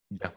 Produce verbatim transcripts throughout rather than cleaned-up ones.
Ya.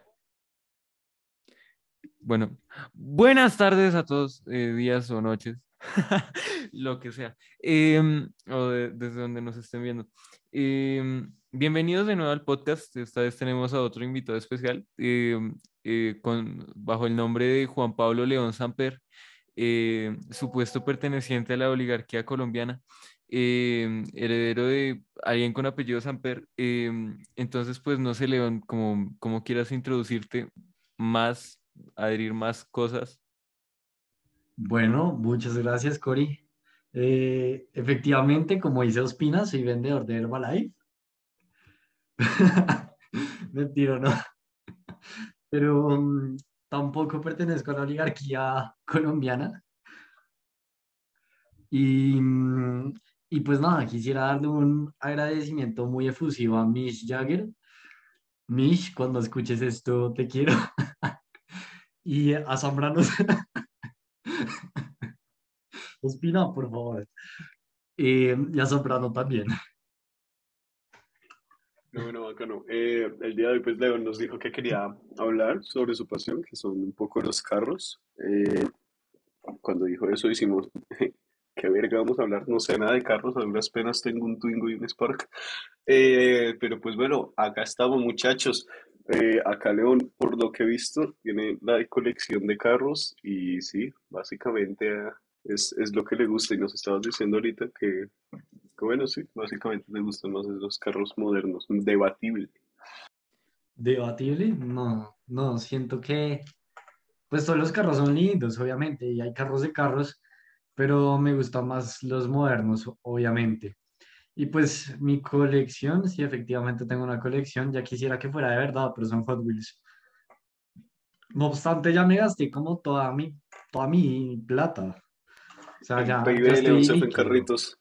Bueno, buenas tardes a todos, eh, días o noches, lo que sea, Em, o de- desde donde nos estén viendo. Em, bienvenidos de nuevo al podcast. Esta vez tenemos a otro invitado especial em, eh, con, bajo el nombre de Juan Pablo León Samper, eh, supuesto perteneciente a la oligarquía colombiana, em, heredero de alguien con apellido Samper. Em, entonces, pues no sé, León, como, como quieras introducirte más, adherir más cosas. Bueno, muchas gracias, Cori. Eh, efectivamente, como dice Ospina, soy vendedor de Herbalife. Mentira, no. Pero mm, tampoco pertenezco a la oligarquía colombiana. Y, mm, y pues nada, quisiera darle un agradecimiento muy efusivo a Mish Jagger. Mish, cuando escuches esto, te quiero. Y a Zambrano. Ospina, por favor. Eh, y a Zambrano también. No, bueno, bacano. Eh, el día de hoy, pues, León nos dijo que quería hablar sobre su pasión, que son un poco los carros. Eh, cuando dijo eso, hicimos, ¿qué verga vamos a hablar? No sé nada de carros, a duras penas tengo un Twingo y un Spark. Eh, pero pues bueno, acá estamos, muchachos. Eh, acá León, por lo que he visto, tiene la colección de carros y sí, básicamente ah, es, es lo que le gusta y nos estabas diciendo ahorita que, que bueno, sí, básicamente le gustan más los carros modernos, debatible. Debatible, no, no, siento que pues todos los carros son lindos, obviamente, y hay carros de carros, pero me gustan más los modernos, obviamente. Y pues mi colección, sí, efectivamente tengo una colección, ya quisiera que fuera de verdad, pero son Hot Wheels. No obstante, ya me gasté como toda mi, toda mi plata. O sea, El ya, P I B ya de León estoy se fue en líquido. carritos.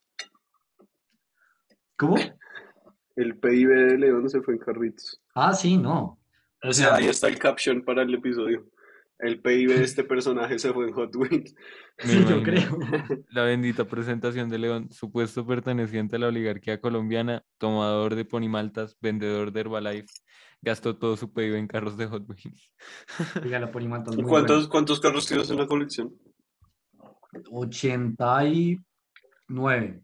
¿Cómo? El P I B de León se fue en carritos. Ah, sí, no. O O sea, ahí sea, está el caption para el episodio. El P I B de este personaje se fue en Hot Wheels. Me sí, yo imagino creo. la bendita presentación de León, supuesto perteneciente a la oligarquía colombiana, tomador de ponimaltas, vendedor de Herbalife, gastó todo su pedido en carros de Hot Wheels. Oiga, la Ponimalta es muy buena. ¿Cuántos, cuántos carros tienes en la colección? Ochenta y nueve.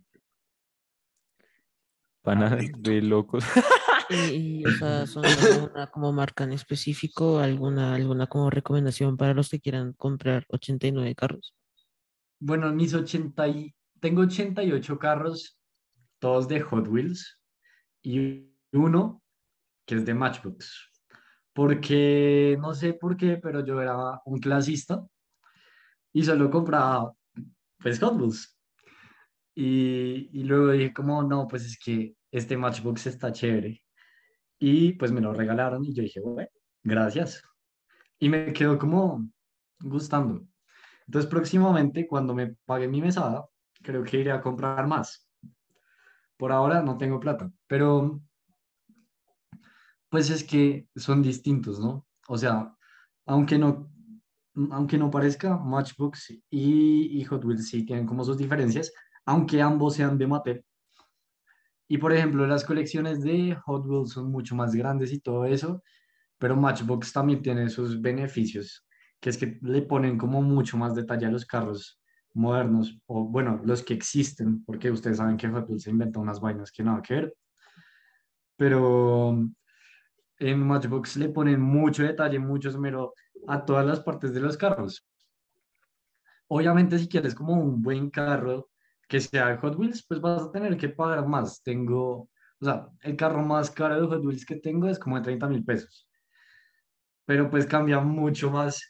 Pana Adicto. de locos. Y, y, o sea, son alguna como marca en específico, alguna, alguna como recomendación para los que quieran comprar ochenta y nueve carros. Bueno, mis ochenta y... Tengo ochenta y ocho carros, todos de Hot Wheels, y uno que es de Matchbox. Porque, no sé por qué, pero yo era un clasista y solo compraba, pues, Hot Wheels. Y, y luego dije, como, no, pues es que este Matchbox está chévere. Y pues me lo regalaron y yo dije, bueno, gracias. Y me quedó como gustando. Entonces, próximamente, cuando me pague mi mesada, creo que iré a comprar más. Por ahora no tengo plata, pero pues es que son distintos, ¿no? O sea, aunque no, aunque no parezca, Matchbox y, y Hot Wheels sí tienen como sus diferencias, aunque ambos sean de Mattel. Y por ejemplo, las colecciones de Hot Wheels son mucho más grandes y todo eso, pero Matchbox también tiene sus beneficios, que es que le ponen como mucho más detalle a los carros modernos, o bueno, los que existen, porque ustedes saben que Hot Wheels se inventó unas vainas que nada que ver, pero en Matchbox le ponen mucho detalle, mucho esmero a todas las partes de los carros. Obviamente, si quieres como un buen carro que sea de Hot Wheels, pues vas a tener que pagar más. Tengo, o sea, el carro más caro de Hot Wheels que tengo es como de treinta mil pesos, pero pues cambia mucho más.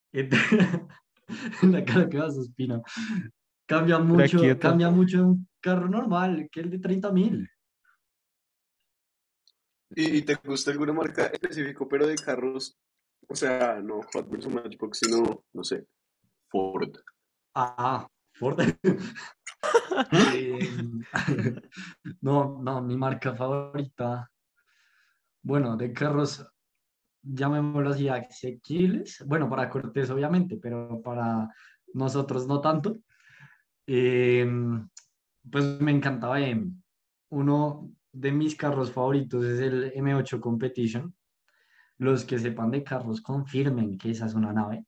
En la cara que vas, Ospina. Cambia Era mucho, quieto. cambia mucho un carro normal que el de treinta mil. ¿Y, y te gusta alguna marca específico, pero de carros? O sea, no Hot Wheels o Matchbox, sino, no sé, Ford. Ah, Ford. Eh, no, no, mi marca favorita. Bueno, de carros, llamémoslo así, asequibles. Bueno, para Cortés, obviamente, pero para nosotros no tanto. Eh, pues me encantaba M. Uno de mis carros favoritos es el M ocho Competition. Los que sepan de carros confirmen que esa es una nave.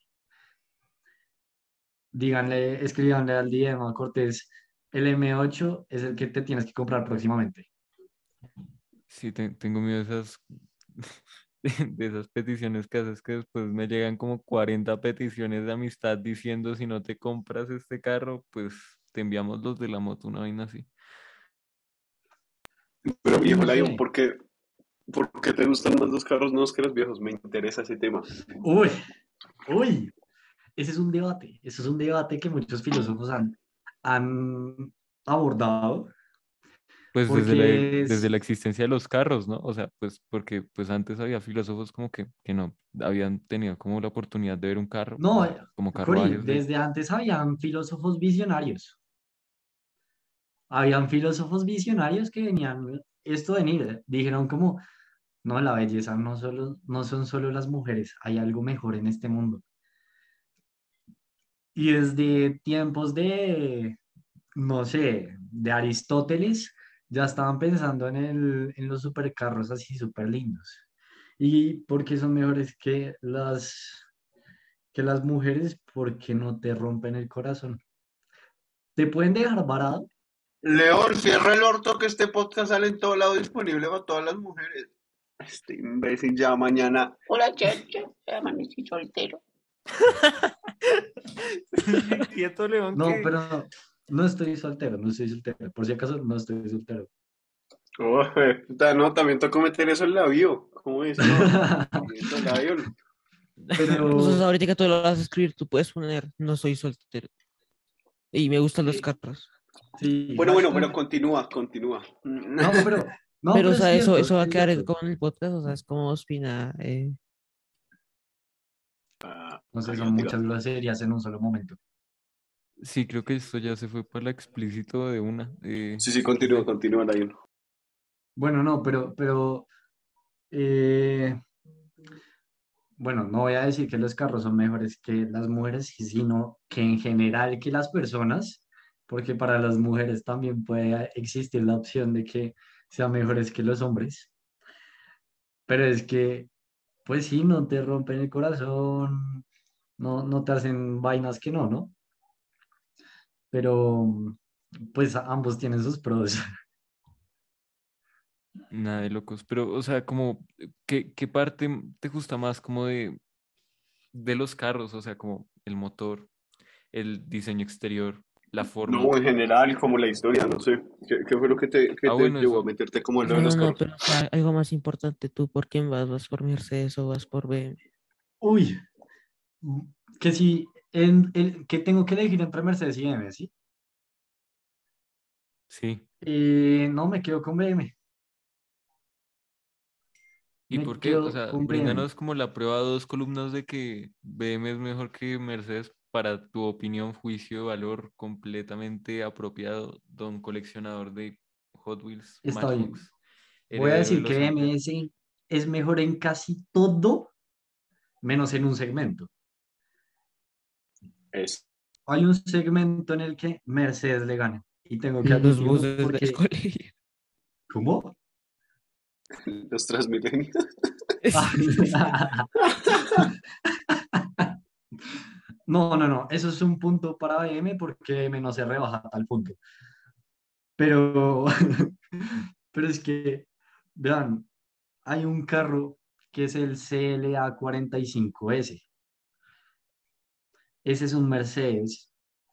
Díganle, escríbanle al D M a Cortés, el M ocho es el que te tienes que comprar próximamente. Sí, te- tengo miedo de esas, de esas peticiones que haces que después me llegan como cuarenta peticiones de amistad diciendo si no te compras este carro, pues te enviamos los de la moto, una vaina así. Pero Ay, viejo no Lion, sé. ¿por qué, por qué te gustan más los carros nuevos que los viejos? Me interesa ese tema. Uy, uy, ese es un debate. Ese es un debate que muchos filósofos han, han abordado, Pues desde la, porque desde es, la existencia de los carros, ¿no? O sea, pues porque pues antes había filósofos como que, que no habían tenido como la oportunidad de ver un carro, no, pues eh, como Cori, carruajes de... desde antes habían filósofos visionarios. Habían filósofos visionarios que venían esto de venir, dijeron como, no, la belleza no solo, no son solo las mujeres, hay algo mejor en este mundo. Y desde tiempos de, no sé, de Aristóteles, ya estaban pensando en el, en los supercarros así súper lindos. ¿Y por qué son mejores que las, que las mujeres? Porque no te rompen el corazón. Te pueden dejar varado. León, cierra el orto que este podcast sale en todo lado disponible para todas las mujeres. Este imbécil ya mañana. Hola, Cheche. Amanecí soltero. Quieto, León, No, que... pero no estoy soltero, no estoy soltero. Por si acaso, no estoy soltero. Oh, puta, no, también tocó meter eso en la bio. ¿Cómo es? No. Y eso, Lion. Entonces, Pero, ahorita que tú lo vas a escribir, tú puedes poner, no soy soltero. Y me gustan los sí, carros. sí, Bueno, bueno, pero hashtag. continúa, continúa. No, pero, no, Pero, pero o es sea, eso, cierto, eso va a es quedar cierto. como en el podcast, o sea, es como Ospina. Eh, Ah, No sé, son cállate, muchas gato. groserías en un solo momento. Sí, creo que esto ya se fue para la explícito de una. Eh, Sí, sí, continúa, de... continúa, Lion. Bueno, no, pero, pero, eh, bueno, no voy a decir que los carros son mejores que las mujeres, sino que en general que las personas, porque para las mujeres también puede existir la opción de que sean mejores que los hombres, pero es que, pues sí, no te rompen el corazón, no, no te hacen vainas que no, ¿no? Pero, pues ambos tienen sus pros. Nada de locos, pero, o sea, como, ¿qué, qué parte te gusta más como de, de los carros? O sea, como el motor, el diseño exterior, la forma. No, en general, como la historia, no sé. ¿Qué, qué fue lo que te, que Ah, te bueno, llevó a eso, meterte como en lo de no, no, los no, carros? pero o sea, algo más importante, ¿tú por quién vas? ¿Vas por Mercedes o vas por B M? Uy, que si, en, el, que tengo que elegir entre Mercedes y B M, ¿sí? sí. Eh, no, me quedo con B M. ¿Y Me por qué? O quedo sea, con B M. bríndanos como la prueba dos columnas de que B M es mejor que Mercedes para tu opinión, juicio, valor completamente apropiado, don coleccionador de Hot Wheels, Está bien. Matchbox, Voy a heredero de decir que los Ampere. B M S es mejor en casi todo, menos en un segmento. Es. Hay un segmento en el que Mercedes le gana. Y tengo que Los admitirlo buses del porque, colegio. ¿cómo? Los Transmilenios. No, no, no. Eso es un punto para B M porque B M no se rebaja a tal punto. Pero, pero es que, vean, hay un carro que es el C L A cuarenta y cinco S. Ese es un Mercedes.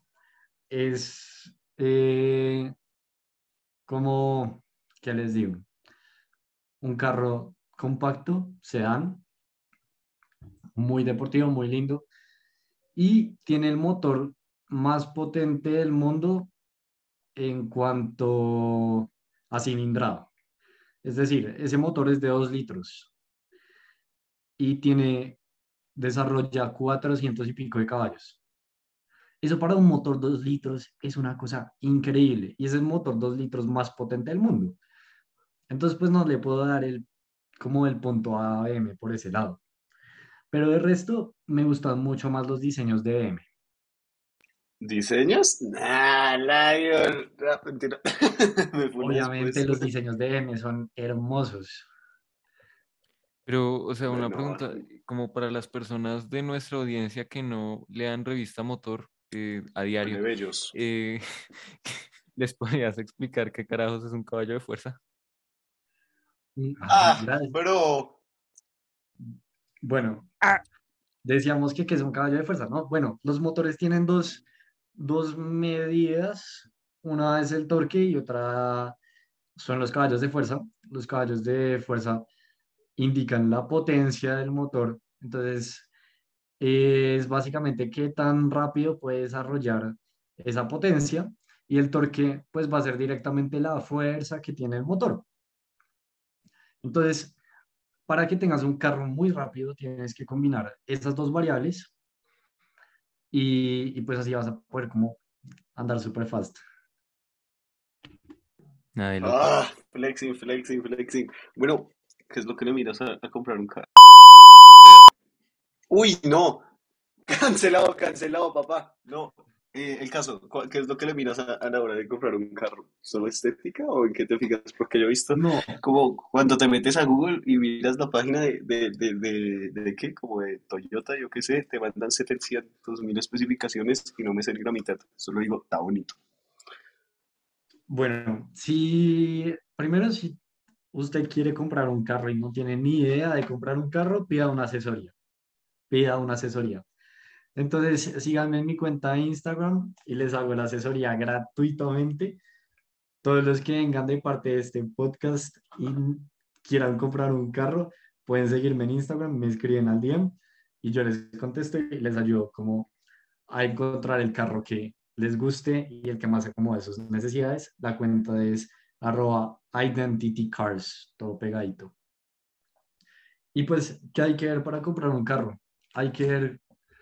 Es eh, como, ¿qué les digo? Un carro compacto, sedán, muy deportivo, muy lindo. Y tiene el motor más potente del mundo en cuanto a cilindrada. Es decir, ese motor es de dos litros y tiene, desarrolla cuatrocientos y pico de caballos. Eso para un motor dos litros es una cosa increíble y es el motor dos litros más potente del mundo. Entonces, pues no le puedo dar el, como el punto a B M por ese lado. Pero de resto, me gustan mucho más los diseños de B M. ¿Diseños? Nah, Lion. Ah, mentira. Me funas, Obviamente pues. los diseños de B M son hermosos. Pero, o sea, una Bueno, pregunta, como para las personas de nuestra audiencia que no lean revista Motor eh, a diario, plebeyos. eh, ¿les podrías explicar qué carajos es un caballo de fuerza? Y, ay, Ah, gracias. bro. Bueno, decíamos que, que es un caballo de fuerza, ¿no? Bueno, los motores tienen dos, dos medidas. Una es el torque y otra son los caballos de fuerza. Los caballos de fuerza indican la potencia del motor. Entonces, es básicamente qué tan rápido puede desarrollar esa potencia. Y el torque, pues, va a ser directamente la fuerza que tiene el motor. Entonces, para que tengas un carro muy rápido, tienes que combinar esas dos variables y, y pues así vas a poder como andar súper fast. Nada de locos. Ah, flexing, flexing, flexing. Bueno, ¿qué es lo que le miras a, a comprar un carro? Uy, no. Cancelado, cancelado, papá. No. Eh, el caso, ¿cuál- ¿qué es lo que le miras a, a la hora de comprar un carro? ¿Solo estética o en qué te fijas? Porque yo he visto No, como cuando te metes a Google y miras la página de, de, de, de, de qué, como de Toyota, yo qué sé, te mandan setecientos mil especificaciones y no me sé ni la mitad. Solo digo, está bonito. bueno, si primero si usted quiere comprar un carro y no tiene ni idea de comprar un carro, pida una asesoría, pida una asesoría. Entonces, síganme en mi cuenta de Instagram y les hago la asesoría gratuitamente. Todos los que vengan de parte de este podcast y quieran comprar un carro, pueden seguirme en Instagram, me escriben al D M y yo les contesto y les ayudo como a encontrar el carro que les guste y el que más se acomode a sus necesidades. La cuenta es arroba identity cars, todo pegadito. Y pues, ¿qué hay que ver para comprar un carro? Hay que ver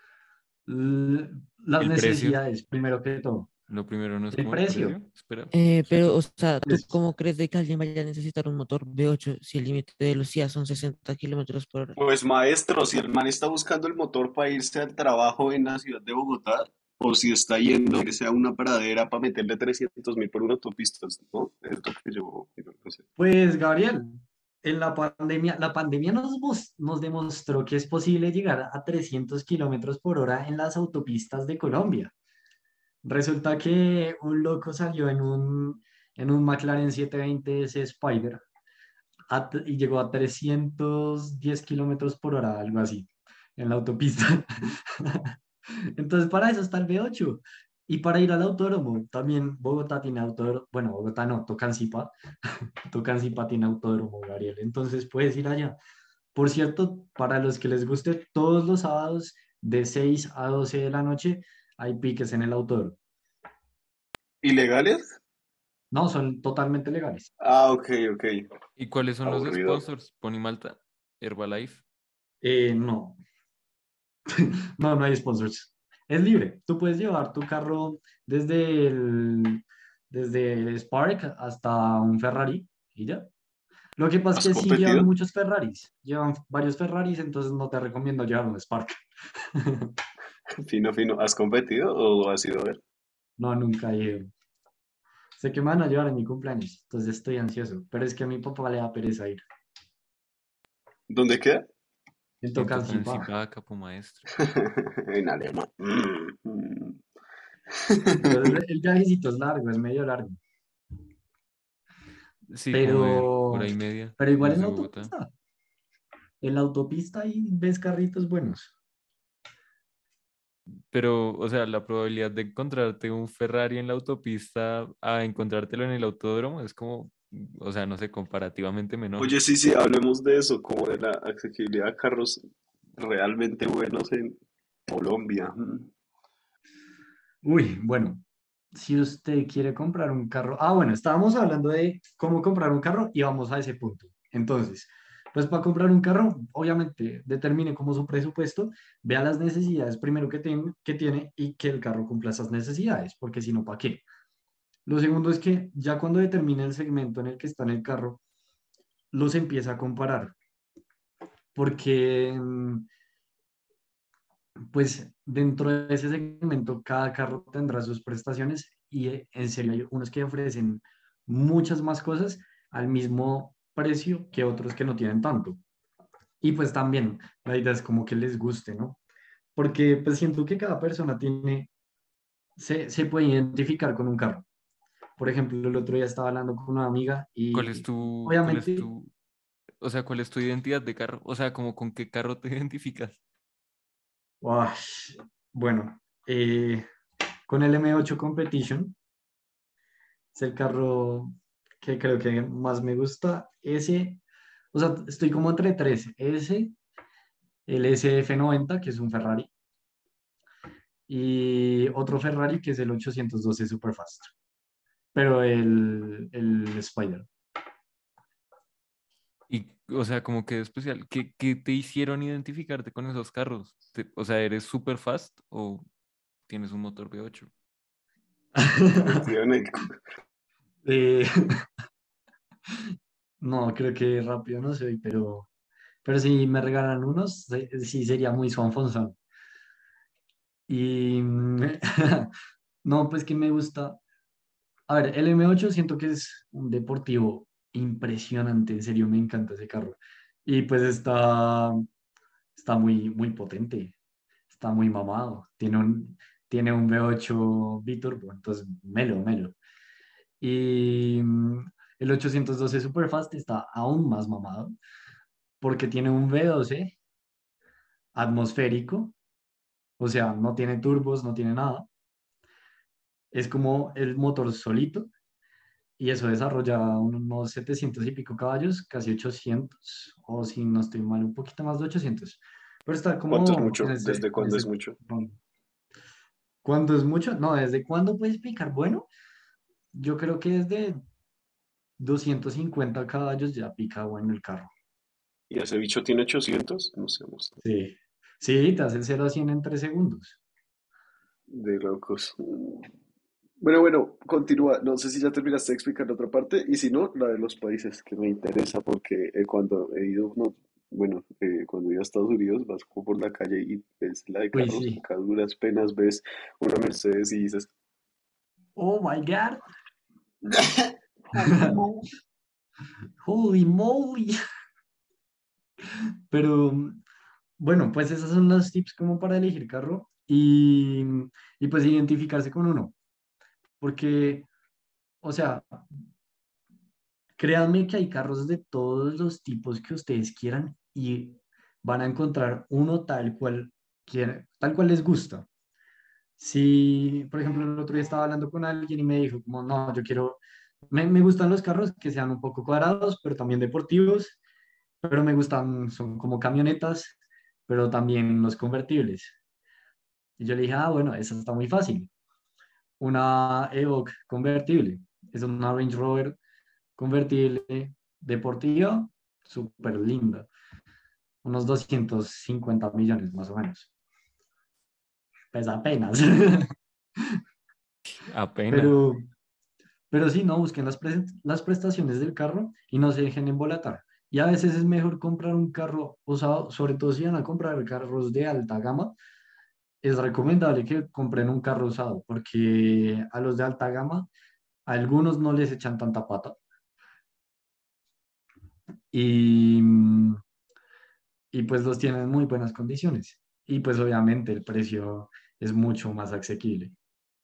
l- las El precio, necesidades, primero que todo. lo primero no es El como el precio, precio. Espera. Eh, pero, o sea, ¿tú pues, cómo crees de que alguien vaya a necesitar un motor V ocho si el límite de velocidad son sesenta kilómetros por hora? Pues maestro, si el man está buscando el motor para irse al trabajo en la ciudad de Bogotá, o si está yendo a irse a una pradera para meterle trescientos mil por una autopista, ¿no? Es lo que yo, yo no sé. pues Gabriel, en la pandemia, la pandemia nos, mos- nos demostró que es posible llegar a trescientos kilómetros por hora en las autopistas de Colombia. Resulta que un loco salió en un, en un McLaren setecientos veinte S Spider a t- y llegó a trescientos diez kilómetros por hora, algo así, en la autopista. Entonces, para eso está el V ocho. Y para ir al autódromo, también Bogotá tiene autódromo, bueno, Bogotá no, Tocancipá, Tocancipá tiene autódromo, Gabriel. Entonces puedes ir allá. Por cierto, para los que les guste, todos los sábados de seis a doce de la noche hay piques en el autódromo. ¿Ilegales? No, son totalmente legales. Ah, ok, ok. ¿Y cuáles son los Aburrido. sponsors? Pony Malta, Herbalife. Eh, no, no, no hay sponsors. Es libre. Tú puedes llevar tu carro desde el, desde el Spark hasta un Ferrari y ya. Lo que pasa es ¿Has que sí llevan competido? muchos Ferraris. Llevan varios Ferraris, entonces no te recomiendo llevar un Spark. Fino, fino. ¿Has competido o has ido a ver? No, nunca he ido. Sé que me van a llevar en mi cumpleaños, entonces estoy ansioso. Pero es que a mi papá le da pereza ir. ¿Dónde queda? En En Tocancipá. Tocancipá, capo maestro. En alemán. Mm, mm. Entonces el viajecito es largo, es medio largo. Sí, como de Pero, hora y media pero igual en desde la Bogotá. autopista. En la autopista ahí ves carritos buenos. Pero, o sea, la probabilidad de encontrarte un Ferrari en la autopista a encontrártelo en el autódromo es como, o sea, no sé, comparativamente menor. Oye, sí, sí, hablemos de eso, como de la accesibilidad a carros realmente buenos en Colombia. Mm. Uy, bueno, si usted quiere comprar un carro. Ah, bueno, estábamos hablando de cómo comprar un carro y vamos a ese punto. Entonces, pues para comprar un carro, obviamente determine como su presupuesto, vea las necesidades primero que, ten- que tiene y que el carro cumpla esas necesidades, porque si no, ¿para qué? Lo segundo es que ya cuando determine el segmento en el que está en el carro, los empieza a comparar, porque mm, pues dentro de ese segmento cada carro tendrá sus prestaciones y eh, en serio hay unos que ofrecen muchas más cosas al mismo precio que otros que no tienen tanto. Y pues también la idea es como que les guste, ¿no? Porque pues siento que cada persona tiene, se, se puede identificar con un carro. Por ejemplo, el otro día estaba hablando con una amiga ¿Cuál es y tu, cuál es obviamente, tu, o sea, cuál es tu identidad de carro? O sea, como con qué carro te identificas. uash, bueno, eh, con el M ocho Competition es el carro que creo que más me gusta. Ese, o sea, estoy como entre tres. Ese, el S F noventa, que es un Ferrari, y otro Ferrari que es el ochocientos doce Superfast, pero el, el Spider. Y, o sea, como que especial, ¿qué, qué te hicieron identificarte con esos carros? Te- o sea, ¿eres super fast o tienes un motor V ocho? Efectivamente. Eh, no, creo que rápido no soy, pero, pero si me regalan unos, sí sí sería muy sonfonzón. Y no, pues que me gusta. A ver, el M ocho siento que es un deportivo impresionante, en serio, me encanta ese carro. Y pues está, está muy, muy potente, está muy mamado. Tiene un, tiene un V ocho biturbo, entonces melo, melo. Y mm, el ochocientos doce Superfast está aún más mamado porque tiene un V doce atmosférico, o sea, no tiene turbos, no tiene nada. Es como el motor solito y eso desarrolla unos setecientos y pico caballos, casi ochocientos, o si no estoy mal, un poquito más de ochocientos. Pero está ¿Cuánto es como en mucho? ese, ¿Desde en cuándo es ese mucho? rango. ¿Cuándo es mucho? No, ¿desde cuándo puedes picar? Bueno, yo creo que desde doscientos cincuenta caballos ya pica bueno el carro. ¿Y ese bicho tiene ochocientos? No sé, mostrar. Sí. Sí, te hace el cero a cien en tres segundos. De locos. Bueno, bueno, continúa. No sé si ya terminaste de explicar la otra parte y si no, la de los países, que me interesa porque eh, cuando he ido, no, bueno, eh, cuando he ido a Estados Unidos vas como por la calle y ves la de Uy, carros, sí. acá a duras penas ves una Mercedes y dices, Oh my God. Holy moly. Pero bueno, pues esos son los tips como para elegir carro y, y pues identificarse con uno. Porque, o sea, créanme que hay carros de todos los tipos que ustedes quieran y van a encontrar uno tal cual, quiera- tal cual les gusta. Si, por ejemplo, el otro día estaba hablando con alguien y me dijo, como, no, yo quiero, me, me gustan los carros que sean un poco cuadrados, pero también deportivos, pero me gustan, son como camionetas, pero también los convertibles. Y yo le dije, ah, bueno, eso está muy fácil. Una Evoque convertible. Es una Range Rover convertible deportiva, súper linda. Unos doscientos cincuenta millones más o menos. Pues apenas. Apenas. Pero, pero sí, no, busquen las, pre- las prestaciones del carro y no se dejen embolatar. Y a veces es mejor comprar un carro usado, sobre todo si van a comprar carros de alta gama, es recomendable que compren un carro usado, porque a los de alta gama, a algunos no les echan tanta pata y, y pues los tienen en muy buenas condiciones. Y pues obviamente el precio es mucho más asequible.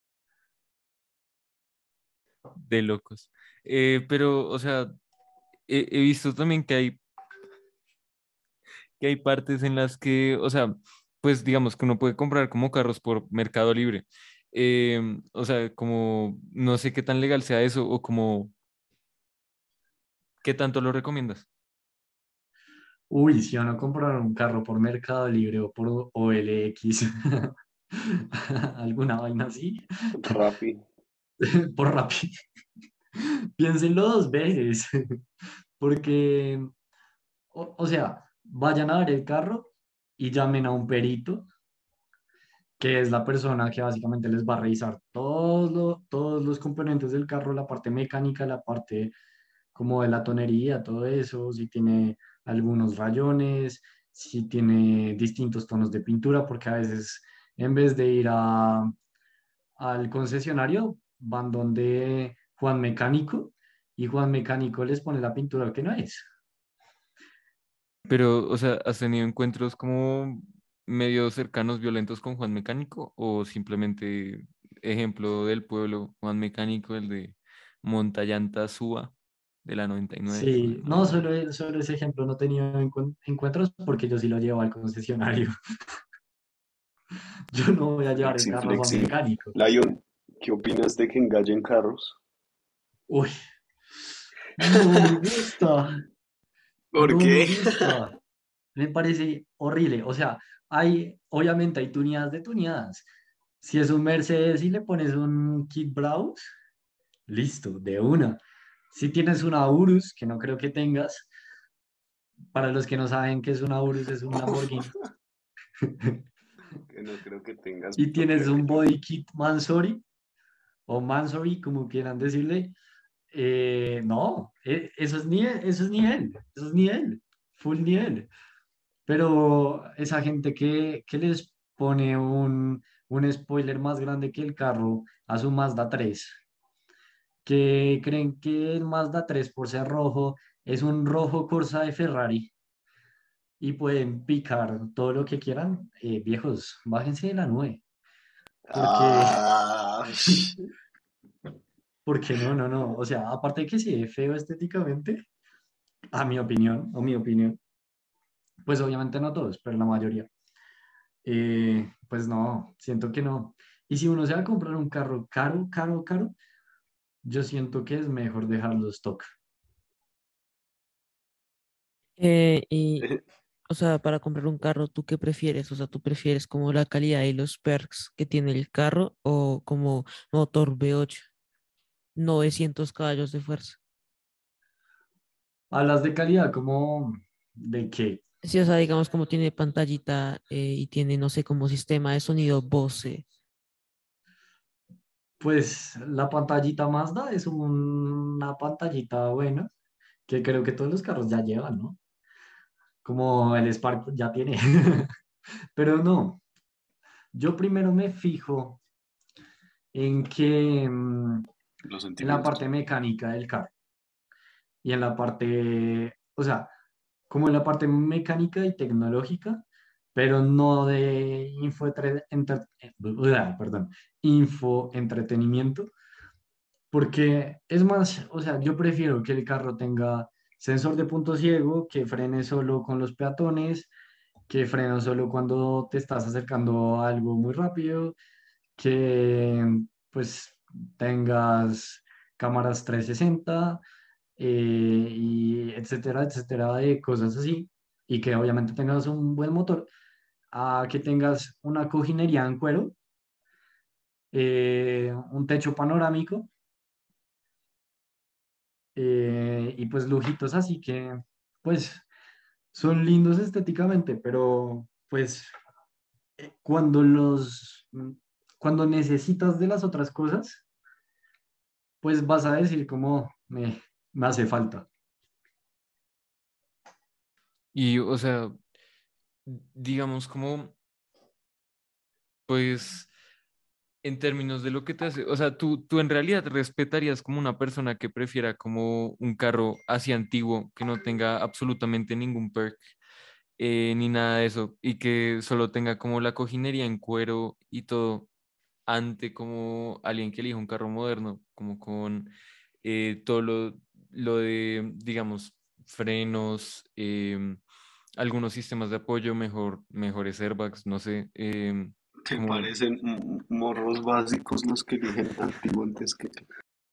De locos. Eh, pero, o sea, he, he visto también que hay, que hay partes en las que, o sea, pues digamos que uno puede comprar como carros por Mercado Libre. Em, o sea, como no sé qué tan legal sea eso o como qué tanto lo recomiendas. Uy, si van a comprar un carro por Mercado Libre o por O L X, alguna vaina así, Rappi. por Rappi, piénsenlo dos veces, porque, o, o sea, vayan a ver el carro y llamen a un perito, que es la persona que básicamente les va a revisar todos, lo- todos los componentes del carro, la parte mecánica, la parte como de la tonería, todo eso, si tiene algunos rayones, si tiene distintos tonos de pintura, porque a veces en vez de ir a, al concesionario, van donde Juan Mecánico y Juan Mecánico les pone la pintura que no es. Pero, o sea, ¿has tenido encuentros como medio cercanos, violentos con Juan Mecánico? ¿O simplemente ejemplo del pueblo, Juan Mecánico, el de Montallanta Súa, de la noventa y nueve? Sí, No, no, no. solo, solo ese ejemplo no he tenido encu- encuentros porque yo sí lo llevo al concesionario. Yo no voy a llevar el Flexi, carro a Juan flexi. Mecánico. Lion, ¿qué opinas de que engallen carros? Uy, no me gusta, ¿Por no me qué? gusta. Me parece horrible. O sea, hay, obviamente hay tuneadas de tuneadas. Si es un Mercedes y le pones un kit Browse, listo, de una. Si tienes una Urus, que no creo que tengas, para los que no saben qué es una Urus, es un Lamborghini, Que no creo que tengas, y pero tienes creo que un yo. body kit Mansory o Mansory, como quieran decirle, eh, no, e- eso es nivel, eso es nivel, eso es nivel, full nivel. Pero esa gente que, que les pone un, un spoiler más grande que el carro a su Mazda tres, que creen que el Mazda tres por ser rojo es un rojo Corsa de Ferrari y pueden picar todo lo que quieran, eh, viejos, bájense de la nube, porque, Ah, porque no, no, no, o sea, aparte de que se ve feo estéticamente, a mi opinión, o mi opinión, pues obviamente no todos, pero la mayoría. Eh, pues no, siento que no. Y si uno se va a comprar un carro caro, caro, caro, yo siento que es mejor dejarlo stock. Eh, y, o sea, para comprar un carro, ¿tú qué prefieres? O sea, ¿tú prefieres como la calidad y los perks que tiene el carro o como motor V ocho, novecientos caballos de fuerza? Hablas de calidad, como de que, Sí, o sea, digamos como tiene pantallita eh, y tiene, no sé, como sistema de sonido Bose. pues la pantallita Mazda es una pantallita buena, que creo que todos los carros ya llevan, ¿no? Como el Spark ya tiene. Pero no, yo primero me fijo en que, mm, los en la sentimientos. parte mecánica del carro y en la parte, o sea, como en la parte mecánica y tecnológica, pero no de info, entre- enter- eh, perdón, info entretenimiento, porque es más, o sea, yo prefiero que el carro tenga sensor de punto ciego, que frene solo con los peatones, que frene solo cuando te estás acercando a algo muy rápido, que pues tengas cámaras trescientos sesenta, eh, y etcétera, etcétera, de cosas así, y que obviamente tengas un buen motor, a que tengas una cojinería en cuero, eh, un techo panorámico, eh, y pues lujitos así que pues son lindos estéticamente, pero pues cuando los, cuando necesitas de las otras cosas, pues vas a decir como me, me hace falta. Y, o sea, digamos como, pues, en términos de lo que te hace, o sea, tú, tú en realidad respetarías como una persona que prefiera como un carro así antiguo, que no tenga absolutamente ningún perk, eh, ni nada de eso, y que solo tenga como la cojinería en cuero y todo, ante como alguien que elija un carro moderno, como con eh, todo lo, lo de, digamos, frenos, em, algunos sistemas de apoyo, mejor, mejores airbags, no sé, em, ¿Te como, parecen m- morros básicos los que eligen antiguo antes que tú?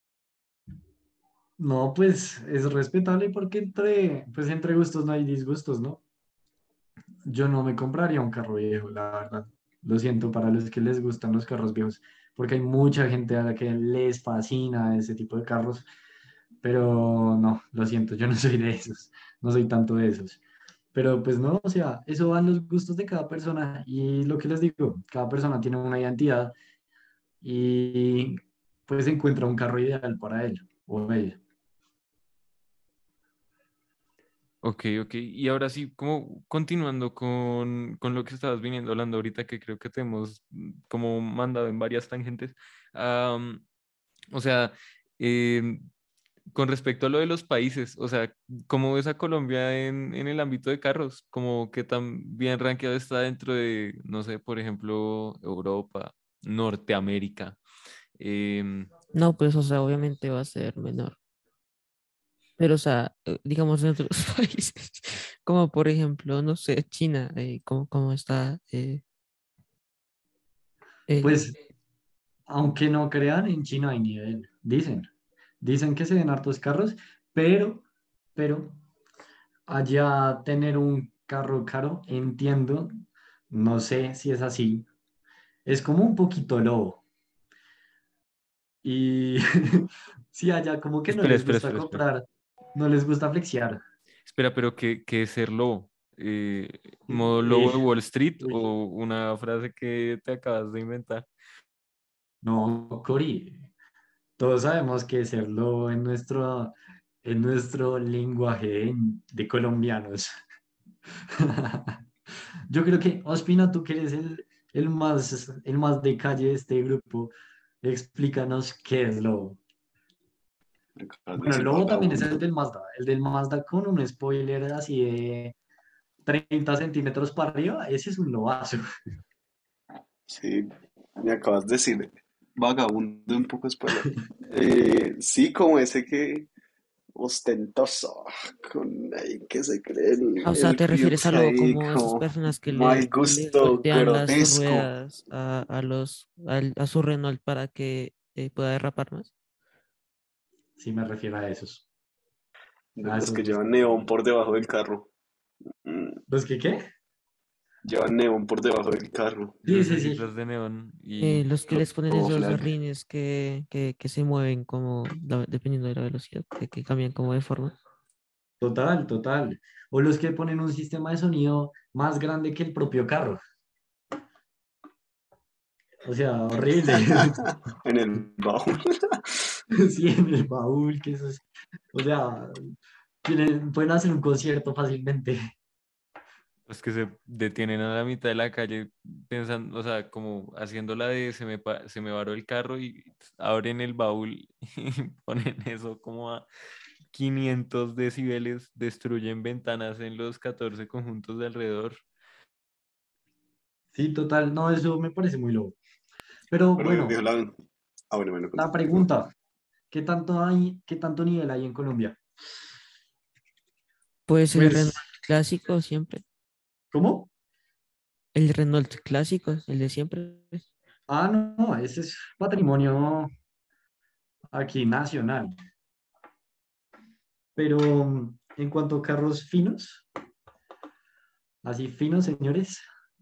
No, pues es respetable porque entre, pues entre gustos no hay disgustos, ¿no? Yo no me compraría un carro viejo, la verdad. Lo siento para los que les gustan los carros viejos, porque hay mucha gente a la que les fascina ese tipo de carros, pero no, lo siento, yo no soy de esos, no soy tanto de esos. Pero pues no, o sea, eso van los gustos de cada persona y lo que les digo, cada persona tiene una identidad y pues encuentra un carro ideal para él o ella. ok, ok, y ahora sí, como continuando con, con lo que estabas viniendo hablando ahorita, que creo que te hemos mm, como mandado en varias tangentes, am, o sea, em, con respecto a lo de los países, o sea, ¿cómo ves a Colombia en, en el ámbito de carros? Como que tan bien rankeado está dentro de, no sé, por ejemplo, Europa, Norteamérica. Em, No, pues, o sea, obviamente va a ser menor. Pero, o sea, eh, digamos en otros países, como por ejemplo, no sé, China, eh, ¿cómo, cómo está? Eh, eh, Pues, aunque no crean, en China hay nivel, dicen. Dicen que se ven hartos carros, pero, pero, allá tener un carro caro, entiendo, no sé si es así, es como un poquito lobo. Y sí, allá como que no espera, les espera, gusta espera, espera. comprar, no les gusta flexiar. Espera, pero ¿qué, qué es ser lobo? Eh, ¿modo lobo de Eh, Wall Street uy, o una frase que te acabas de inventar? no, Cori, todos sabemos que ser lobo en nuestro, en nuestro lenguaje de, de colombianos. Yo creo que, Ospina, tú que eres el, el más, el más de calle de este grupo, explícanos qué es lobo. Me acabas de Bueno, el decir lobo también es el vagabundo. del Mazda, el del Mazda con un spoiler así de treinta centímetros para arriba, ese es un lobazo. Sí, me acabas de decir vagabundo un poco spoiler. Eh, sí, como ese que ostentoso, con ahí que se cree el, ah, o sea, el ¿te refieres a lo como esas rico, personas que mal le, le gusto, golpean las grotesco. ruedas a, a los, al- a su Renault para que eh, pueda derrapar más? Sí me refiero a esos, De a los esos que dos llevan neón personas. por debajo del carro. Mm, ¿Los que qué? llevan neón por debajo del carro. Sí, sí, sí. Lucecitas de neón y Eh, los que les ponen Rojo esos flag. rines que, que, que se mueven como la- dependiendo de la velocidad, que, que cambian como de forma. Total, total. O los que ponen un sistema de sonido más grande que el propio carro. O sea, horrible. En el baúl. Sí, en el baúl, que eso es. O sea, tienen- pueden hacer un concierto fácilmente. los que se detienen a la mitad de la calle pensando, o sea, como haciéndola de se me, pa- se me varó el carro y abren el baúl y ponen eso como a quinientos decibeles, destruyen ventanas en los catorce conjuntos de alrededor. Sí, total. No, eso me parece muy loco. Pero Bueno, bueno, dijo la... Ah, bueno, bueno, la continúa. pregunta, ¿qué tanto hay, qué tanto nivel hay en Colombia? Pues el Renault Pues, clásico siempre. ¿cómo? El Renault clásico, el de siempre. Ah, no, ese es patrimonio aquí nacional. Pero mm, en cuanto a carros finos, así finos, señores,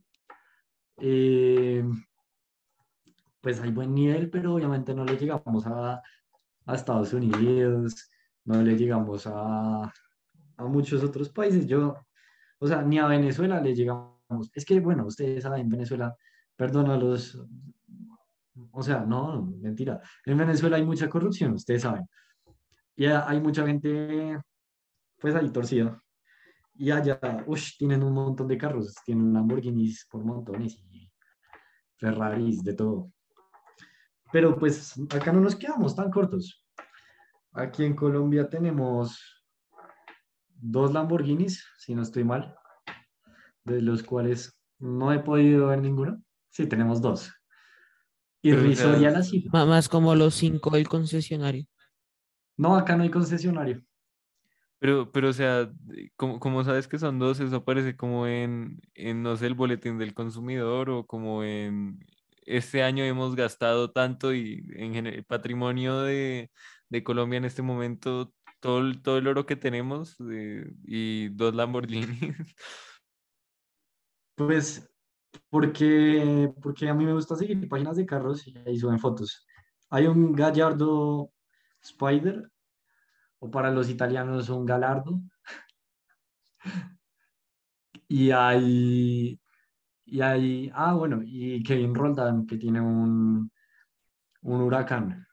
eh, pues hay buen nivel, pero obviamente no le llegamos a, a Estados Unidos, no le llegamos a, a muchos otros países. Yo, o sea, ni a Venezuela le llegamos. Es que, bueno, ustedes saben, Venezuela, perdón a los, o sea, no, mentira. En Venezuela hay mucha corrupción, ustedes saben. Y ha- hay mucha gente, pues ahí torcida. Y allá, uff, tienen un montón de carros, tienen Lamborghinis por montones y Ferraris, de todo. Pero pues acá no nos quedamos tan cortos. Aquí en Colombia tenemos dos Lamborghinis, si no estoy mal, de los cuales no he podido ver ninguno. Sí, tenemos dos. Pero, o sea, Irrisoria la cifra. Ma- Más como los cinco del concesionario. No, acá no hay concesionario. pero, pero, o sea, como, como sabes que son dos, eso aparece como en, en, no sé, el boletín del consumidor o como en este año hemos gastado tanto y en general, el patrimonio de, de Colombia en este momento, todo el, todo el oro que tenemos eh, y dos Lamborghinis. Pues porque, porque a mí me gusta seguir páginas de carros y ahí suben fotos. Hay un Gallardo Spider, o para los italianos un Galardo, y hay, y hay, ah, bueno, y Kevin Roldán, que tiene un, un Huracán.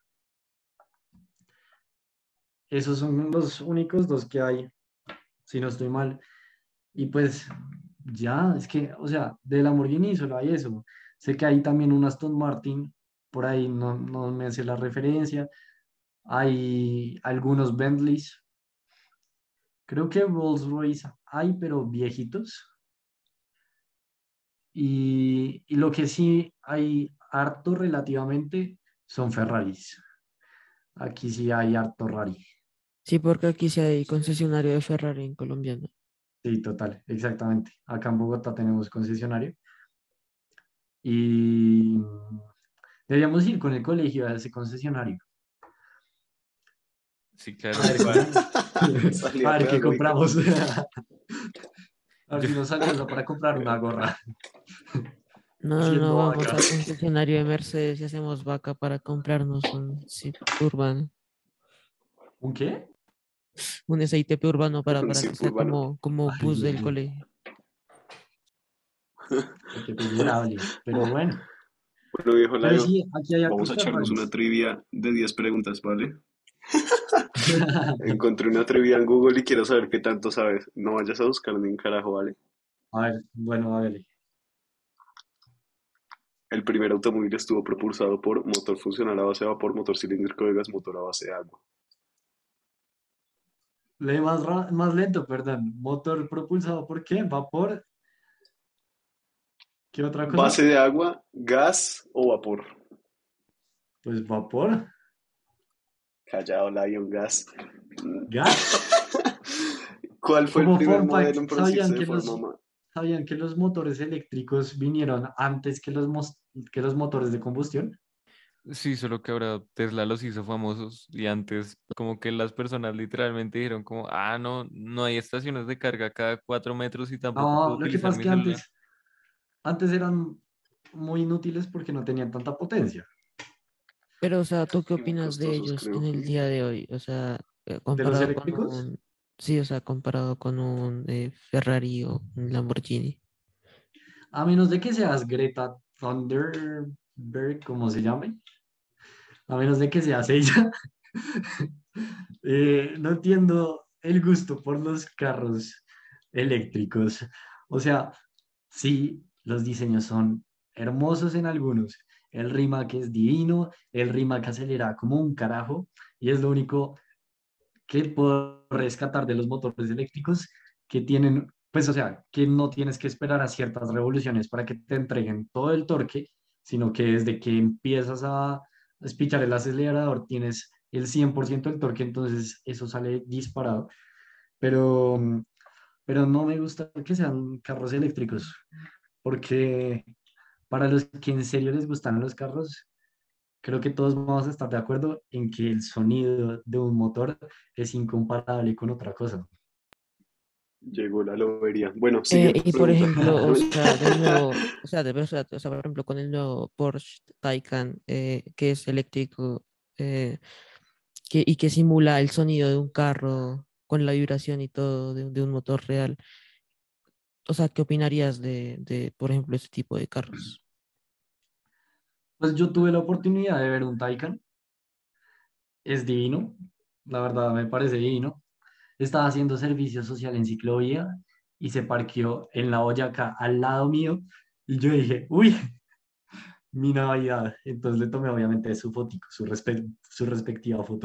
Esos son los únicos dos que hay, si no estoy mal. Y pues ya, es que, o sea, de Lamborghini solo hay eso. Sé que hay también un Aston Martin, por ahí no, no me hace la referencia. Hay algunos Bentleys. Creo que Rolls Royce hay, pero viejitos. Y, y lo que sí hay harto relativamente son Ferraris. Aquí sí hay harto rally. Sí, porque aquí sí hay concesionario de Ferrari en Colombia, ¿no? Sí, total, exactamente. Acá en Bogotá tenemos concesionario y deberíamos ir con el colegio a ese concesionario. Sí, A claro. ver, Va- cómo- a Salida ver qué pedagógica. compramos. A ver Yo- si nos alcanza para comprar una gorra. No, no, no, Haciendo vamos vaca. al concesionario de Mercedes y hacemos vaca para comprarnos un Jeep urbano, ¿Un qué? un S I T P urbano para, Un para que zip sea urbano. como, como Ay, bus Dios del mío, colegio. qué vulnerable. Pero bueno. Bueno, viejo Pero Layo, sí, aquí hay vamos hartos a echarnos una Ferraris. trivia de diez preguntas, ¿vale? Encontré una trivia en Google y quiero saber qué tanto sabes. No vayas a buscar ni un carajo, ¿vale? A ver, bueno, hágale. El primer automóvil estuvo propulsado por motor funcional a base de vapor, motor cilíndrico de gas, motor a base de agua. Lee más, ra- más lento, perdón. Motor propulsado por qué? ¿Vapor? ¿Qué otra cosa? Base de agua, gas o vapor. Pues vapor. Callado, Lion, gas. ¿Gas? ¿Cuál fue el Como primer fun fact, modelo en ¿sabían producirse de que forma los, ma- ¿sabían que los motores eléctricos vinieron antes que los, mos- que los motores de combustión? Sí, solo que ahora Tesla los hizo famosos y antes como que las personas literalmente dijeron como, ah, no, no hay estaciones de carga cada cuatro metros y tampoco puedo No, lo que utilizar pasa es mi que celular. antes, antes eran muy inútiles porque no tenían tanta potencia. Pero, o sea, ¿tú qué y muy opinas de costosos, ellos en creo. el día de hoy? O sea, eh, ¿De los comparado con eléctricos? un, sí, o sea, comparado con un eh, Ferrari o un Lamborghini. A menos de que seas Greta Thunberg, como se llame, a menos de que seas ella, eh, no entiendo el gusto por los carros eléctricos. O sea, sí, los diseños son hermosos en algunos. El Rimac es divino, el Rimac acelera como un carajo y es lo único que puedo rescatar de los motores eléctricos que tienen, pues o sea, que no tienes que esperar a ciertas revoluciones para que te entreguen todo el torque, sino que desde que empiezas a espichar el acelerador tienes el cien por ciento del torque, entonces eso sale disparado. Pero, pero no me gusta que sean carros eléctricos, porque para los que en serio les gustan los carros, creo que todos vamos a estar de acuerdo en que el sonido de un motor es incomparable con otra cosa. Llegó la lobería. Bueno, Eh, siguiente y por pregunta. ejemplo, o sea, del nuevo, o sea, de, o sea, o sea, por ejemplo, con el nuevo Porsche Taycan, eh, que es eléctrico, eh, que, y que simula el sonido de un carro con la vibración y todo de, de un motor real. O sea, ¿qué opinarías de, de, por ejemplo, este tipo de carros? Pues yo tuve la oportunidad de ver un Taycan, es divino, la verdad me parece divino. Estaba haciendo servicio social en ciclovía y se parqueó en la Boyacá al lado mío y yo dije, uy, mi Navidad. Entonces le tomé obviamente su fotico, su, respe- su respectiva foto.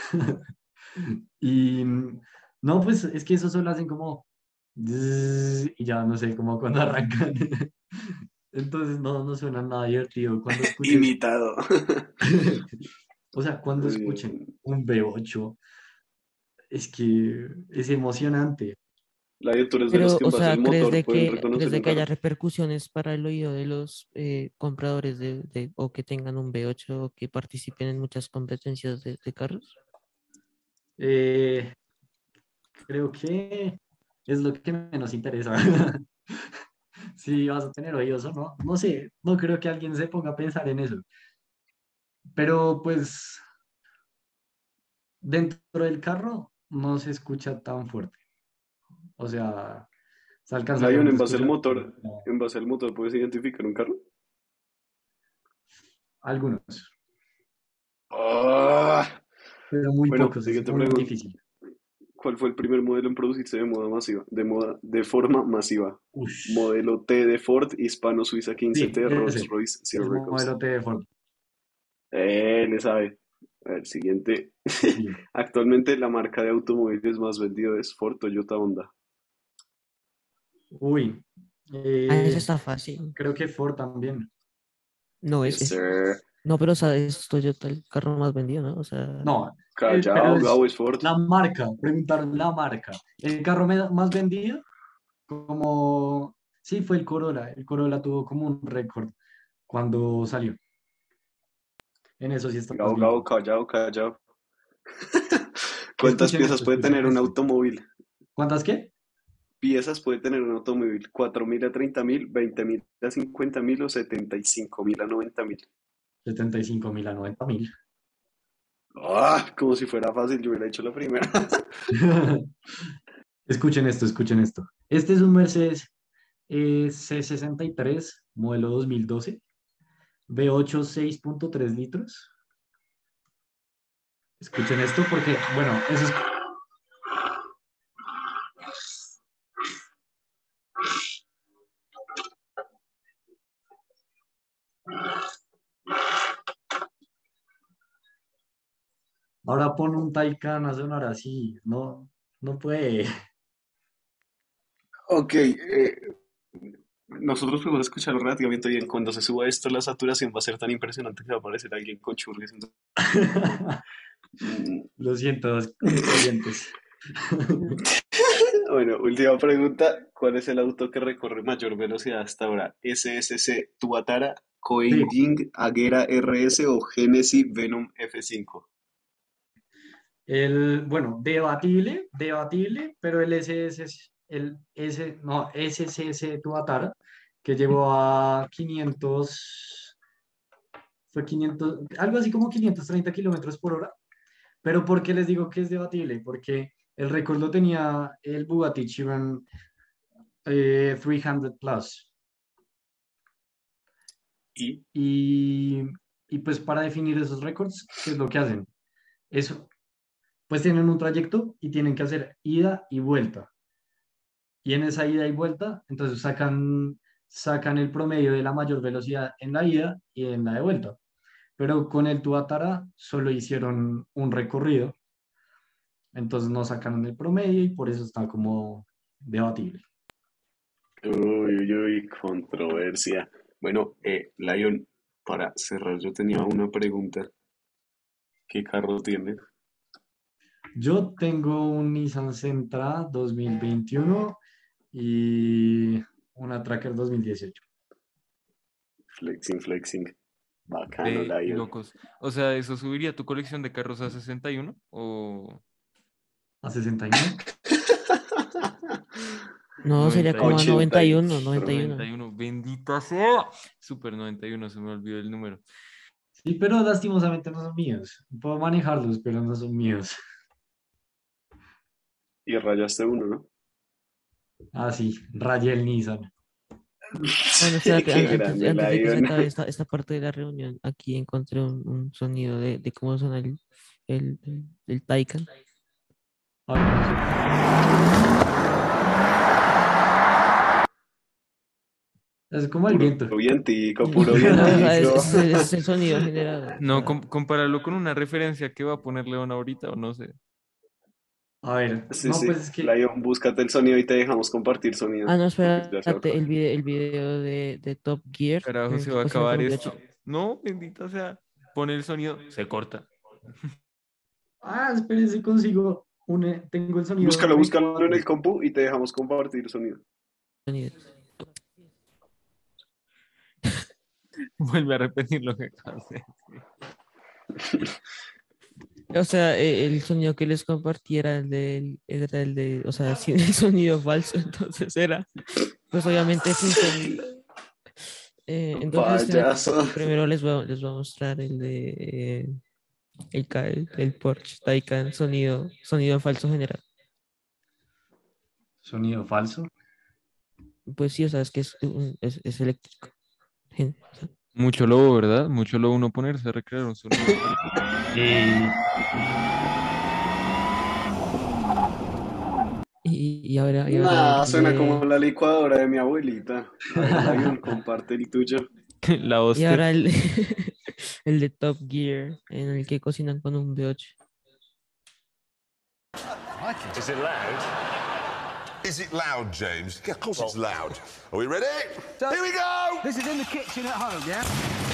Y mm, no, pues es que eso solo hacen como zzzz, y ya no sé, como cuando arrancan. Entonces no, no suena nada divertido. Cuando escuches, Imitado. o sea, cuando Muy escuchen bien. un V ocho, es que es emocionante. Laio, tú eres de los Pero, que en o base al sea, ¿crees motor de pueden que, crees reconocer de un que haya carro. repercusiones para el oído de los eh, compradores de, de- o que tengan un V ocho o que participen en muchas competencias de, de carros? Eh, Creo que es lo que menos interesa. Si vas a tener oídos o no, no sé, no creo que alguien se ponga a pensar en eso. Pero pues dentro del carro no se escucha tan fuerte. O sea, se alcanzaría Lion, a en base al escuchar motor, en base al motor puedes identificar un carro. algunos, Ah. pero muy Bueno, pocos, es siguiente muy pregunta. difícil. ¿Cuál fue el primer modelo en producirse de moda masiva? De moda, de forma masiva. Ush. Modelo T de Ford, Hispano Suiza Sí, quince T, ese Rolls-Royce es Silver Ghost. modelo T de Ford. Eh, le sabe. A ver, siguiente. Sí. Actualmente la marca de automóviles más vendido es Ford, Toyota, Honda. Uy, Ah, eso eh, está fácil. creo que Ford también. No, es, Yes, es, sir. no, pero o sea, es Toyota el carro más vendido, ¿no? O sea, No, eh, pero Callao, es Gabo es Ford. la marca, preguntaron la marca. El carro me- más vendido, como, sí, fue el Corolla. El Corolla tuvo como un récord cuando salió. En eso sí estás Gabo, bien Gabo, tú. callao, callao. ¿Cuántas Escuchen piezas esto, puede tener escuchen un esto. automóvil? ¿Cuántas qué? Piezas puede tener un automóvil. ¿Cuatro mil a treinta mil, veinte mil a cincuenta mil o setenta y cinco mil a noventa mil? setenta y cinco mil a noventa mil. Ah, como si fuera fácil, yo hubiera hecho la primera. Escuchen esto, escuchen esto. Este es un Mercedes eh, C sesenta y tres, modelo dos mil doce, V ocho seis punto tres litros. Escuchen esto porque, bueno, eso es... Ahora pon un Taycan a sonar así. No, no puede. Ok, eh, nosotros podemos escucharlo relativamente bien. Cuando se suba esto, la saturación va a ser tan impresionante que va a aparecer alguien con churris. Entonces, mm, Lo siento, eh, oyentes. bueno, última pregunta. ¿Cuál es el auto que recorre mayor velocidad hasta ahora? ¿S S C Tuatara, Koei Sí, Jing, Agera R S o Genesis Venom F cinco? el, bueno, debatible, debatible, pero el S S, el S, no, S C S Tuatara, que llevó a quinientos, fue quinientos, algo así como quinientos treinta kilómetros por hora. Pero ¿por qué les digo que es debatible? Porque el récord lo tenía el Bugatti Chiron eh, trescientos Plus. Y Y, y pues para definir esos récords, ¿qué es lo que hacen? Eso, pues tienen un trayecto y tienen que hacer ida y vuelta. Y en esa ida y vuelta, entonces sacan, sacan el promedio de la mayor velocidad en la ida y en la de vuelta. Pero con el Tuatara solo hicieron un recorrido, entonces no sacaron el promedio y por eso está como debatible. uy, uy, uy, controversia. Bueno, eh, Lion, para cerrar, yo tenía una pregunta. ¿Qué carro tiene? Yo tengo un Nissan Sentra dos mil veintiuno y una Tracker dos mil dieciocho. Flexing, flexing. Bacano, De Lion. locos. O sea, ¿eso subiría tu colección de carros a sesenta y uno? ¿O ¿A sesenta y uno? no, sería noventa y como a uno? ochenta y... noventa y uno, noventa y noventa uno. y uno, bendita sea. Super noventa y uno, se me olvidó el número. Sí, pero lastimosamente no son míos. Puedo manejarlos, pero no son míos. Y rayaste uno, ¿no? Ah, sí, rayé el Nissan. Bueno, espérate, Qué an- antes, grande, antes de que se Lion. acabe esta, esta parte de la reunión, aquí encontré un, un sonido de, de cómo suena el, el, el, el Taycan. A ver, vamos a ver. Es como el Puro viento. vientico, No, puro o sea, es- vientico. ese es, el ese es el sonido generado. O No, sea, com- compáralo con una referencia que va a poner León ahorita, o no sé. A ver, Sí, no, sí. pues es que, Lion, búscate el sonido y te dejamos compartir sonido. ah, no, Porque ya se va a espérate, el acabar. video, el video de, de Top Gear, Carajo, que, se que va a pusieron hace acabar un esto. ocho. No, bendita sea. Pone el sonido, se corta. ah, espérense, consigo un, eh, tengo el sonido de un Búscalo, búscalo en M cuatro. el compu y te dejamos compartir sonido. Vuelve a repetir lo que acabas de decir. O sea, e- el sonido que les compartí era el de, era el de, o sea, sin el sonido falso, entonces era, pues obviamente sin sonido. Eh, entonces, espérate, Payaso. primero les voy a, les voy a mostrar el de, eh, el, ca- el, el Porsche Taycan, sonido, sonido falso general. Sonido falso. Pues sí, o sea, es que es, un- es, es eléctrico. Gen- o sea, Mucho lobo, ¿verdad? Mucho lobo no ponerse a recrear un sonido falso. Eh, y, y ahora, y ahora Nah, el suena como de, la licuadora de mi abuelita. A ver, Lion, comparte el tuyo. La y Oster. ahora el, El de Top Gear, en el que cocinan con un V ocho. Is it loud? Is it loud, James? Yeah, of course it's loud. Are we ready? Here we go! This is in the kitchen at home, yeah?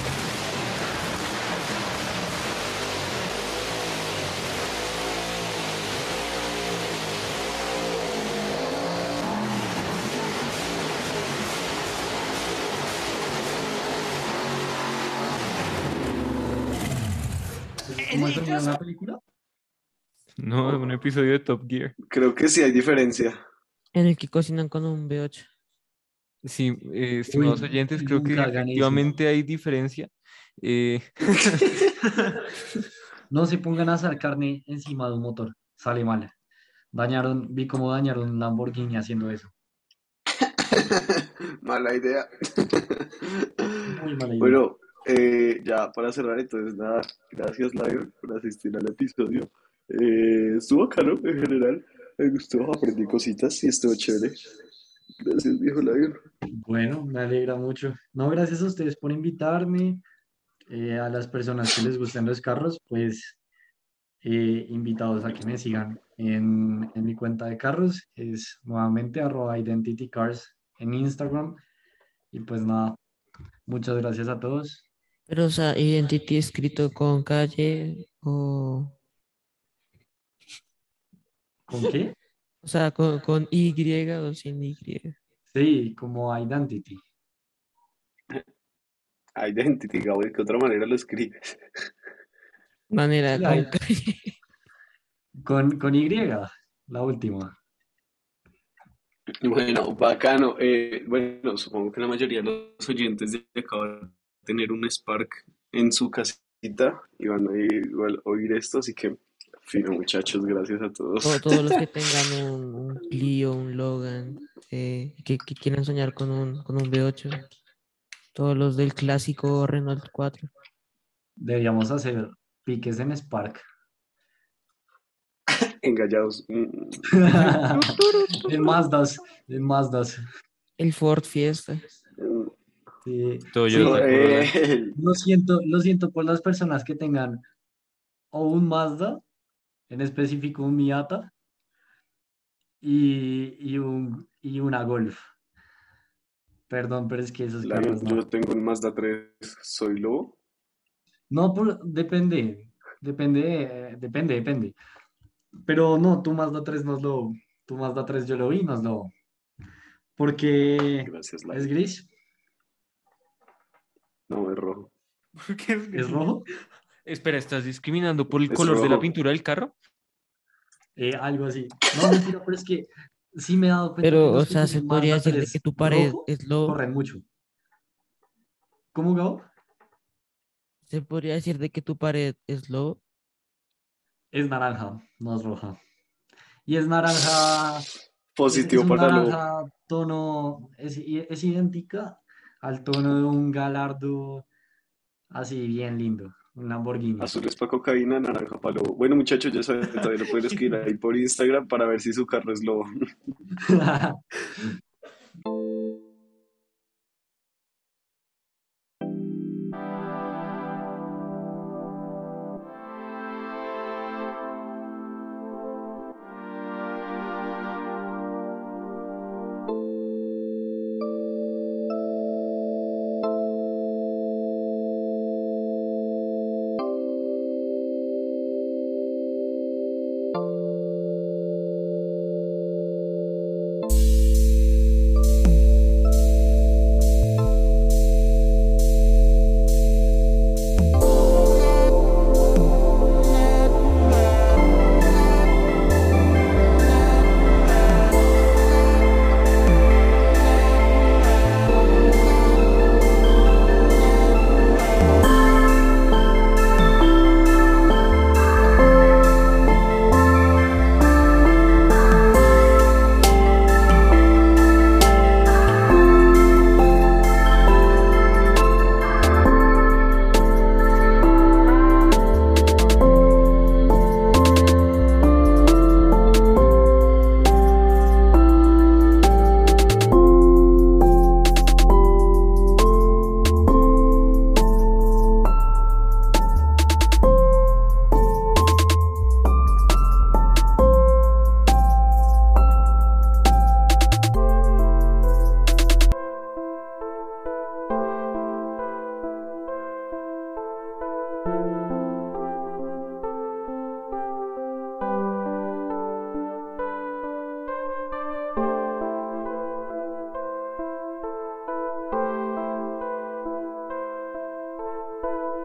¿Cómo es el sonido en la película? No, un episodio de Top Gear. Creo que sí hay diferencia. En el que cocinan con un V ocho. Sí, eh, estimados Uy, oyentes, creo que nunca hagan eso. efectivamente hay diferencia. Eh, No se pongan a asar carne encima de un motor, sale mal. Dañaron, vi cómo dañaron un Lamborghini haciendo eso. Mala idea. Muy mala idea. Bueno, eh, ya para cerrar, entonces nada, gracias Lion por asistir al episodio. Eh, estuvo caro en general, me gustó, aprendí cositas y estuvo chévere. Gracias, viejo Lion. Bueno, me alegra mucho. No, gracias a ustedes por invitarme. Eh, a las personas que les gusten los carros, pues eh, invitados a que me sigan en, en mi cuenta de carros. Es nuevamente arroba Identity Cars en Instagram. Y pues nada, muchas gracias a todos. Pero, o sea, Identity escrito con calle o, ¿Con qué? o sea, con, con Y o sin Y. Sí, como Identity. Identity, Gabo, ¿de qué otra manera lo escribes? Manera Sí, con hay- calle. Con, con Y, la última. Bueno, bacano. Eh, bueno, supongo que la mayoría de los oyentes de acá van a tener un Spark en su casita y van a ir, igual a oír esto, así que, fino muchachos, gracias a todos. O todos los que tengan un, un Clio, un Logan, eh, que, que quieran soñar con un, con un V ocho. Todos los del clásico Renault cuatro. Deberíamos hacer piques en Spark. Engallados. Mm. En Mazdas, en Mazdas. El Ford Fiesta. Mm. Sí. Toyota Sí, Corolla. Eh, Lo siento, lo siento por las personas que tengan o un Mazda, en específico un Miata, y, y, un, y una Golf. Perdón, pero es que esos Lion, carros no. yo tengo un Mazda tres, soy lobo. No, por- depende, depende, eh, depende, depende. Pero no, tu Mazda tres no es lobo. Tu Mazda tres yo lo vi, no es lobo. Porque Gracias, es Lion. gris, No, es rojo. ¿Por qué es es gris? rojo, Espera, ¿estás discriminando por el Es color de la rojo. pintura del carro? eh, algo así. No, mentira, pero es que sí me he dado cuenta que Pero, o los que sea, se tienen podría Mazda decir de tres que tu pared rojo es lobo. corren mucho. ¿Cómo, Gabo? Se podría decir de que tu pared es lobo. Pues Es naranja, no es roja. Y es naranja, es, Positivo es un para lobo. naranja tono, es, i- es idéntica al tono de un Galardo así bien lindo, un Lamborghini. Azul es para cocaína, naranja para lobo. Bueno, muchachos, ya saben, todavía lo pueden escribir ahí por Instagram para ver si su carro es lobo.